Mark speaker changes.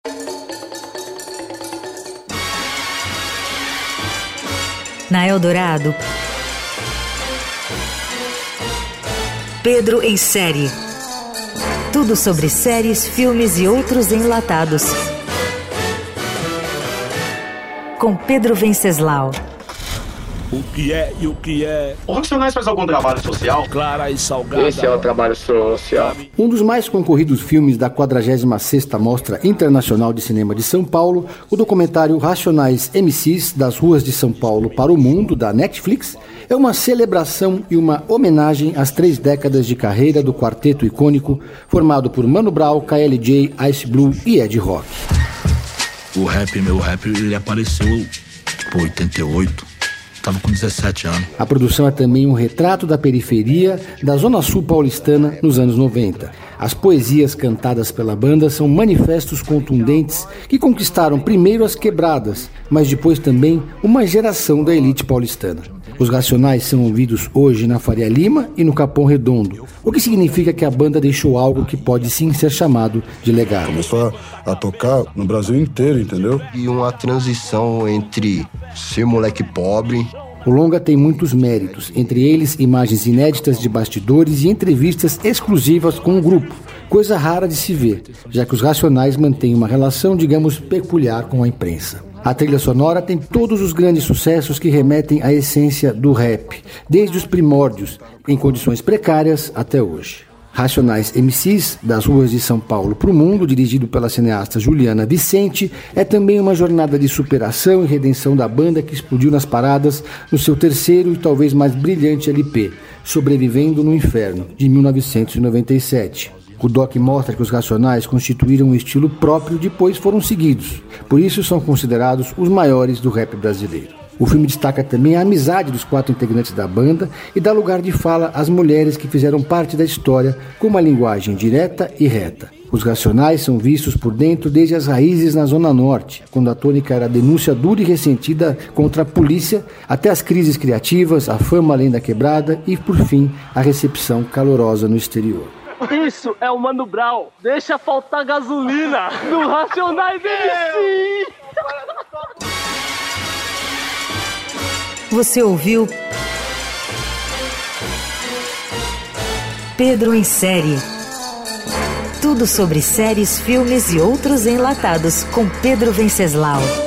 Speaker 1: Na Eldorado, Pedro em Série. Tudo sobre séries, filmes e outros enlatados. Com Pedro Venceslau.
Speaker 2: O que é e o que é?
Speaker 3: O Racionais faz algum trabalho social?
Speaker 2: Clara e salgada.
Speaker 3: Esse é o trabalho social.
Speaker 4: Um dos mais concorridos filmes da 46ª Mostra Internacional de Cinema de São Paulo, o documentário Racionais MCs das ruas de São Paulo para o mundo, da Netflix, é uma celebração e uma homenagem às 3 décadas de carreira do quarteto icônico formado por Mano Brown, KLJ, Ice Blue e Ed Rock.
Speaker 2: Meu rap, ele apareceu por 88. Estava com 17 anos.
Speaker 4: A produção é também um retrato da periferia da Zona Sul paulistana nos anos 90. As poesias cantadas pela banda são manifestos contundentes que conquistaram primeiro as quebradas, mas depois também uma geração da elite paulistana. Os Racionais são ouvidos hoje na Faria Lima e no Capão Redondo, o que significa que a banda deixou algo que pode sim ser chamado de legado.
Speaker 5: Começou a tocar no Brasil inteiro, entendeu?
Speaker 6: E uma transição entre ser moleque pobre.
Speaker 4: O longa tem muitos méritos, entre eles imagens inéditas de bastidores e entrevistas exclusivas com o grupo, coisa rara de se ver, já que os Racionais mantêm uma relação, digamos, peculiar com a imprensa. A trilha sonora tem todos os grandes sucessos que remetem à essência do rap, desde os primórdios, em condições precárias até hoje. Racionais MCs, das ruas de São Paulo para o mundo, dirigido pela cineasta Juliana Vicente, é também uma jornada de superação e redenção da banda que explodiu nas paradas no seu terceiro e talvez mais brilhante LP, Sobrevivendo no Inferno, de 1997. O doc mostra que os Racionais constituíram um estilo próprio e depois foram seguidos. Por isso são considerados os maiores do rap brasileiro. O filme destaca também a amizade dos 4 integrantes da banda e dá lugar de fala às mulheres que fizeram parte da história com uma linguagem direta e reta. Os Racionais são vistos por dentro desde as raízes na Zona Norte, quando a tônica era a denúncia dura e ressentida contra a polícia, até as crises criativas, a fama além da quebrada e, por fim, a recepção calorosa no exterior.
Speaker 7: Isso é o Mano Brown. Deixa faltar gasolina no Racionais MC.
Speaker 1: Você ouviu Pedro em Série. Tudo sobre séries, filmes e outros enlatados com Pedro Venceslau.